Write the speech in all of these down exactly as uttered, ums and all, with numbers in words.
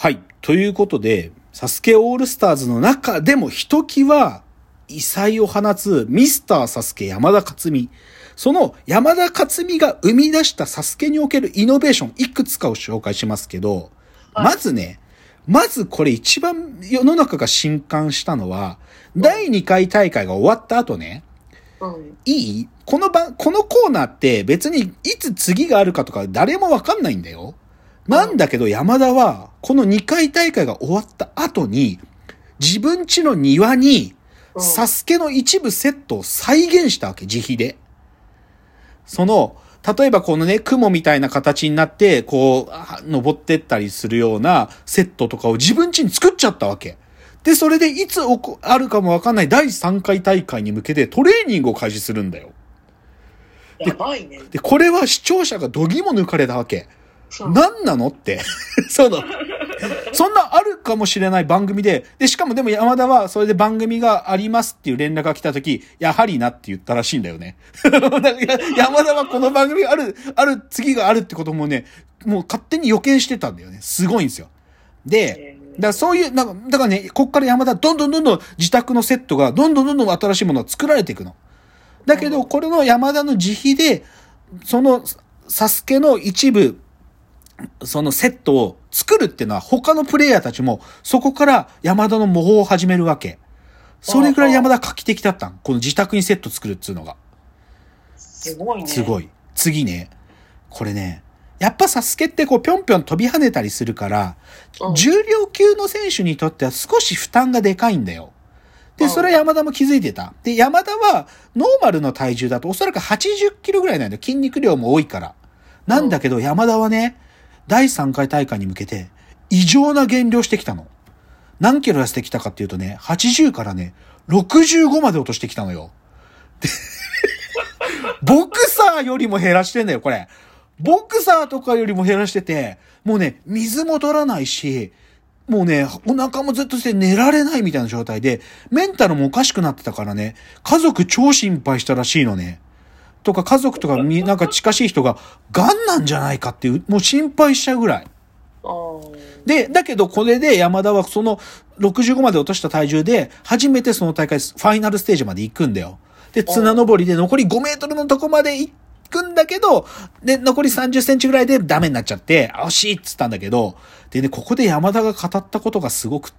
はい。ということで、サスケオールスターズの中でもひときわ異彩を放つミスターサスケ山田勝美。その山田勝美が生み出したサスケにおけるイノベーションいくつかを紹介しますけど、はい、まずね、まずこれ一番世の中が震撼したのは、うん、だいにかい大会が終わった後ね、うん、いいこのば、このコーナーって別にいつ次があるかとか誰もわかんないんだよ。なんだけど山田はこのにかい大会が終わった後に自分家の庭にサスケの一部セットを再現したわけ、自費で。その、例えばこのね、雲みたいな形になって、こう、登ってったりするようなセットとかを自分家に作っちゃったわけ。で、それでいつあるかもわかんないだいさんかい大会に向けてトレーニングを開始するんだよ。 やばいね。 で、これは視聴者が度肝抜かれたわけ。何なのって。その、そんなあるかもしれない番組で、で、しかもでも山田はそれで番組がありますっていう連絡が来たとき、やはりなって言ったらしいんだよね。山田はこの番組がある、ある、次があるってこともね、もう勝手に予見してたんだよね。すごいんですよ。で、だからそういう、なんか、だからね、こっから山田どんどんどんどん自宅のセットがどんどんどんどん新しいものが作られていくの。だけど、これの山田の自費で、その、サスケの一部、そのセットを作るっていうのは他のプレイヤーたちもそこから山田の模倣を始めるわけ。それぐらい山田画期的だったん。この自宅にセット作るっていうのが。 すごいね。 すごい。次ね。これね。やっぱサスケってこうぴょんぴょん飛び跳ねたりするから、うん、重量級の選手にとっては少し負担がでかいんだよ。で、それは山田も気づいてた。で、山田はノーマルの体重だとおそらくはちじゅっキロぐらいなんだよ。筋肉量も多いから。なんだけど山田はね、だいさんかい大会に向けて異常な減量してきたの。何キロ痩せてきたかっていうとね、はちじゅうからね、ろくじゅうごまで落としてきたのよ。でボクサーよりも減らしてんだよ、これ。ボクサーとかよりも減らしてて、もうね、水も取らないし、もうね、お腹もずっとして寝られないみたいな状態で、メンタルもおかしくなってたからね、家族超心配したらしいのね。とか家族とかになんか近しい人がガンなんじゃないかっていう、もう心配しちゃうぐらい。で、だけどこれで山田はそのろくじゅうごまで落とした体重で初めてその大会ファイナルステージまで行くんだよ。で、綱登りで残りごメートルのとこまで行くんだけど、で、残りさんじゅっセンチぐらいでダメになっちゃって、惜しいっつったんだけど、でね、ここで山田が語ったことがすごくって、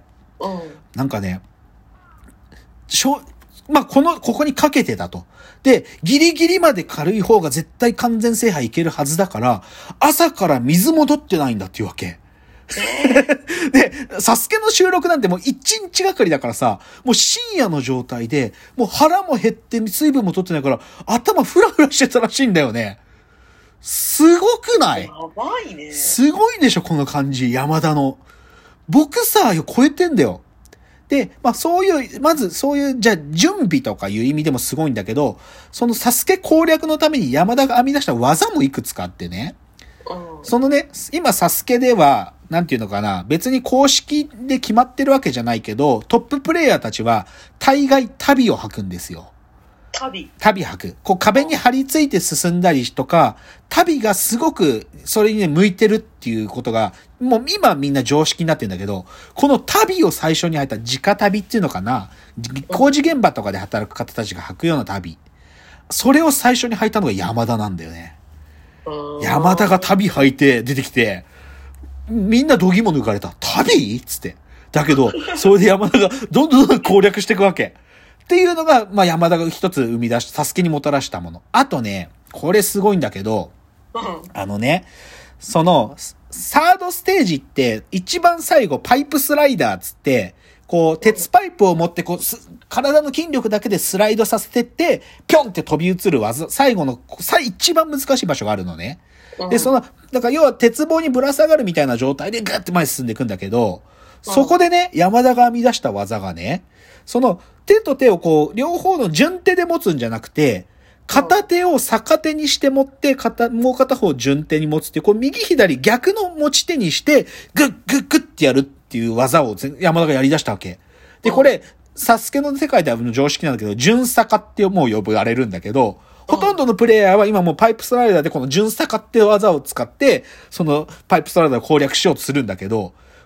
なんかね、しょ、まあ、この、ここにかけてだと。で、ギリギリまで軽い方が絶対完全制覇いけるはずだから、朝から水も取ってないんだっていうわけ。で、サスケの収録なんてもう一日がかりだからさ、もう深夜の状態で、もう腹も減って水分も取ってないから、頭フラフラしてたらしいんだよね。すごくない？ やばいね。 すごいでしょ、この感じ、山田の。ボクサーを超えてんだよ。で、まあそういう、まずそういう、じゃあ準備とかいう意味でもすごいんだけど、そのサスケ攻略のために山田が編み出した技もいくつかあってね。うん、そのね、今サスケでは、なんていうのかな、別に公式で決まってるわけじゃないけど、トッププレイヤーたちは大概旅を吐くんですよ。 旅旅吐く。こう壁に張り付いて進んだりとか、旅がすごくそれにね、向いてるっていうことが、もう今みんな常識になってるんだけど、この旅を最初に入った直旅っていうのかな、工事現場とかで働く方たちが吐くような旅。それを最初に吐いたのが山田なんだよね。山田が旅吐いて出てきて、みんな度肝抜かれた。旅？っつって。だけど、それで山田がどんどんどん攻略していくわけ。っていうのが、まあ、山田が一つ生み出し、サスケにもたらしたもの。あとね、これすごいんだけど、あのね、その、サードステージって、一番最後、パイプスライダーつって、こう、鉄パイプを持って、こう、体の筋力だけでスライドさせてって、ぴょんって飛び移る技、最後の、一番難しい場所があるのね。で、その、だから要は鉄棒にぶら下がるみたいな状態でガッて前に進んでいくんだけど、そこでね、山田が編み出した技がね、その手と手をこう、両方の順手で持つんじゃなくて、片手を逆手にして持って、片、もう片方順手に持つっていう、こう右左逆の持ち手にして、グッグッグッってやるっていう技を山田がやり出したわけ。で、これ、サスケの世界では常識なんだけど、順逆ってもう呼ばれるんだけど、ほとんどのプレイヤーは今もうパイプスライダーでこの順逆って技を使って、そのパイプスライダーを攻略しようとするんだけど、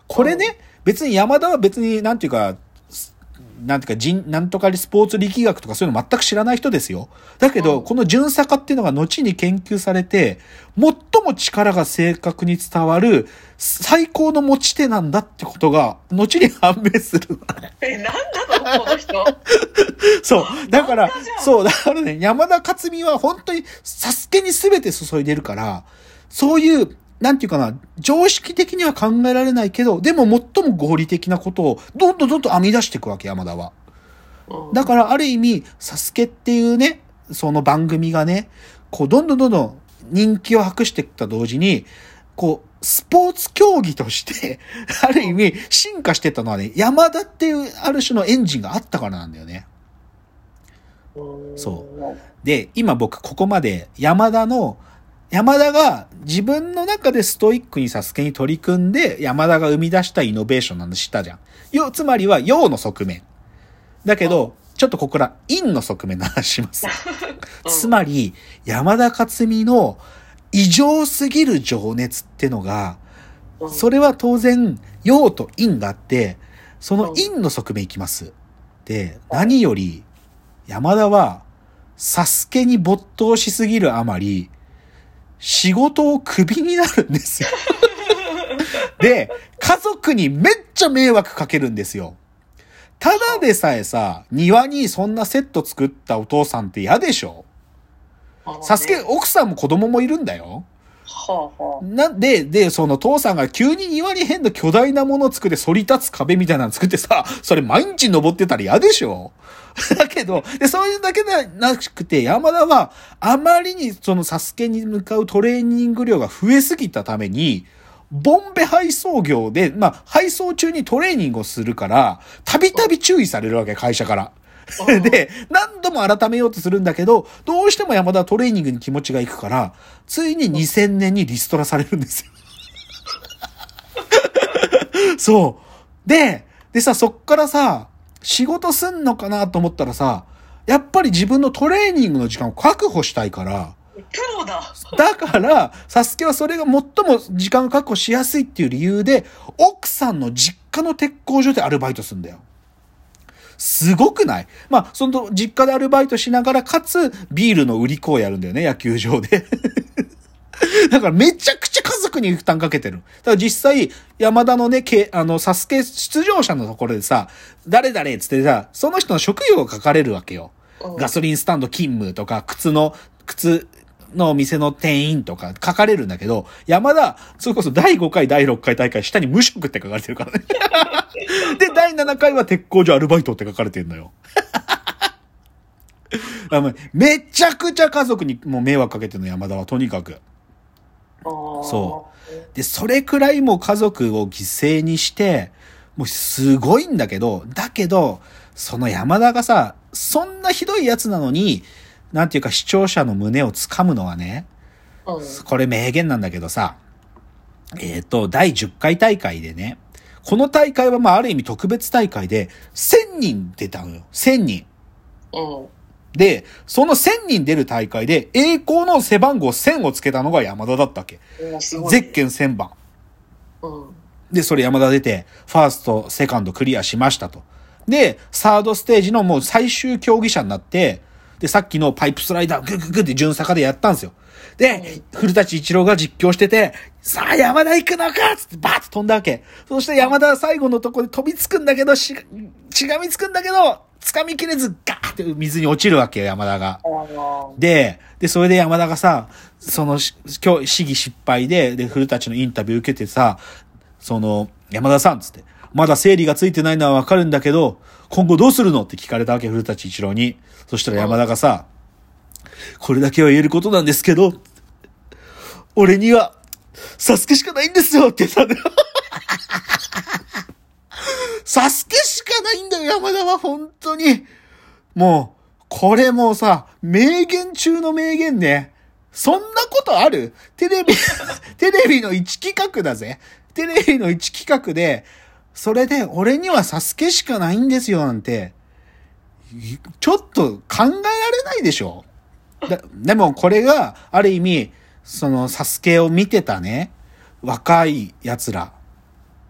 これね、別に山田は別になんていうか、なんていうか、人、なんとかスポーツ力学とかそういうの全く知らない人ですよ。だけど、 うんこの順坂っていうのが後に研究されて、最も力が正確に伝わる最高の持ち手なんだってことが、後に判明する。 え、なんなのこの人。 そう。だから漫画じゃん、 そう、だからね、山田勝美は本当にサスケに全て注いでるから、そういう、なんていうかな、常識的には考えられないけど、でも最も合理的なことをどんどんどんどん編み出していくわけ、山田は。 うんだからある意味、サスケっていうね、その番組がね、こう、どんどんどんどん人気を博していった同時に、こう、スポーツ競技として、ある意味、進化していったのはね、山田っていうある種のエンジンがあったからなんだよね。そうで、今僕ここまで山田の、山田が自分の中でストイックにサスケに取り組んで、山田が生み出したイノベーションなんで知ったじゃん。よ、つまりは陽の側面。だけど、ちょっとここから陰の側面の話します。つまり、山田勝美の異常すぎる情熱ってのが、それは当然、陽と陰があって、その陰の側面いきます。で、何より、山田は、サスケに没頭しすぎるあまり、仕事をクビになるんですよ。で、家族にめっちゃ迷惑かけるんですよ。ただでさえさ、庭にそんなセット作ったお父さんって嫌でしょ？サスケ、奥さんも子供もいるんだよ。 はあはあ、 なんで、で、その父さんが急に庭に変な巨大なものを作って反り立つ壁みたいなの作ってさ、それ毎日登ってたら嫌でしょ？だけど、で、そういうだけではなくて、山田はあまりにそのサスケに向かうトレーニング量が増えすぎたために、ボンベ配送業で、まあ、配送中にトレーニングをするから、たびたび注意されるわけ、会社から。で、何度も改めようとするんだけど、どうしても山田はトレーニングに気持ちがいくから、ついににせんねんにリストラされるんですよ。そう。で、でさ、そっからさ、仕事すんのかなと思ったらさ、やっぱり自分のトレーニングの時間を確保したいから、 プロだ。 だから、サスケはそれが最も時間を確保しやすいっていう理由で、奥さんの実家の鉄工所でアルバイトするんだよ。すごくない？まあ、その実家でアルバイトしながら、かつ、ビールの売り子をやるんだよね、野球場で。だからめちゃくちゃ家族に負担かけてる。だから実際、山田のね、けあの、サスケ出場者のところでさ、誰々っつってさ、その人の職業が書かれるわけよ。ガソリンスタンド勤務とか、靴の、靴のお店の店員とか書かれるんだけど、山田、それこそだいごかい、だいろっかい大会、下に無職って書かれてるからね。で、だいななかいは鉄工所アルバイトって書かれてるのよ。めちゃくちゃ家族にもう迷惑かけてるの、山田は、とにかく。そう。で、それくらいもう家族を犠牲にして、もうすごいんだけど、だけど、その山田がさ、そんなひどいやつなのに、なんていうか視聴者の胸をつかむのはね、 うん、 これ名言なんだけどさ、えっと、だいじゅっかい大会でね、この大会はまあある意味特別大会で、せんにん出たのよ。せんにん。 うん。 で、そのせんにん出る大会で、栄光の背番号せんをつけたのが山田だったわけ。 すごいね、 ゼッケンせんばん。 うん。 で、それ山田出て、ファースト、セカンドクリアしましたと。で、サードステージのもう最終競技者になって、で、さっきのパイプスライダー、グググって順坂でやったんですよ。で、うん、古舘一郎が実況してて、さあ山田行くのかつってバーッと飛んだわけ。そして山田は最後のとこで飛びつくんだけど、し、しがみつくんだけど、掴みきれずガーって水に落ちるわけよ、山田が。で、で、それで山田がさ、その、今日、試技失敗で、で、古舘のインタビュー受けてさ、その、山田さんつって、まだ整理がついてないのはわかるんだけど、今後どうするのって聞かれたわけ、古舘一郎に。そしたら山田がさ、これだけは言えることなんですけど、俺には、サスケしかないんですよって言ったんだよ。サスケしかないんだよ、山田は、本当に。もう、これもうさ、名言中の名言ね。そんなことある？テレビ、テレビの一企画だぜ。テレビの一企画で、それで、俺にはサスケしかないんですよ、なんて、ちょっと考えられないでしょ？だでも、これが、ある意味、その、サスケを見てたね、若い奴ら、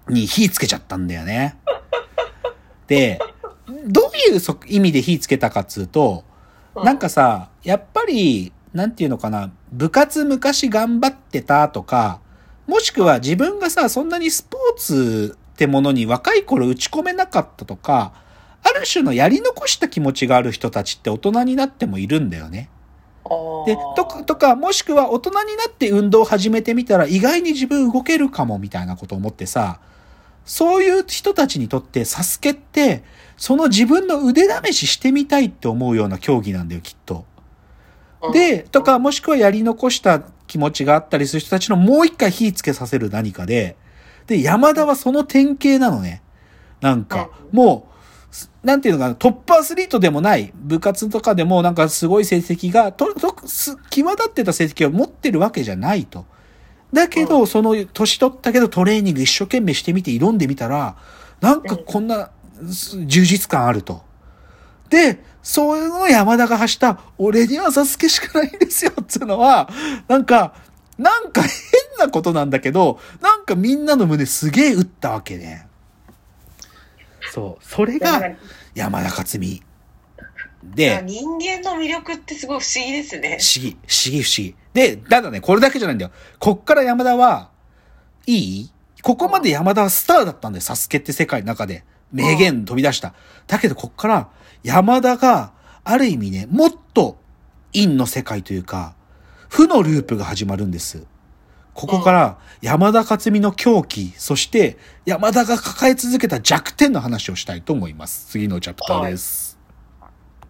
に火つけちゃったんだよね。で、どういう意味で火つけたかっつうと、なんかさ、やっぱり、なんていうのかな、部活昔頑張ってたとか、もしくは自分がさ、そんなにスポーツってものに若い頃打ち込めなかったとか、ある種のやり残した気持ちがある人たちって大人になってもいるんだよね。で、とか、とか、もしくは大人になって運動を始めてみたら意外に自分動けるかもみたいなことを思ってさ、そういう人たちにとってサスケって、その自分の腕試ししてみたいって思うような競技なんだよ、きっと。で、とか、もしくはやり残した気持ちがあったりする人たちのもう一回火つけさせる何かで、で、山田はその典型なのね。なんか、もう、なんていうのかな、トップアスリートでもない、部活とかでもなんかすごい成績が、と、と、際立ってた成績を持ってるわけじゃないと。だけど、その、年取ったけどトレーニング一生懸命してみて挑んでみたら、なんかこんな、充実感あると。で、そういうのを山田が発した、俺にはサスケしかないんですよ、っていうのは、なんか、なんか変なことなんだけど、なんかみんなの胸すげえ打ったわけね。そう。それが、山田勝美。で、 人間の魅力ってすごい不思議ですね。 不思議、不思議、不思議。で、ただね、これだけじゃないんだよ。こっから山田は、いい？ここまで山田はスターだったんだよ、サスケって世界の中で。名言飛び出した。だけど、こっから、山田が、ある意味ね、もっと、陰の世界というか、負のループが始まるんです。ここから、山田勝美の狂気、そして、山田が抱え続けた弱点の話をしたいと思います。次のチャプターです。はい。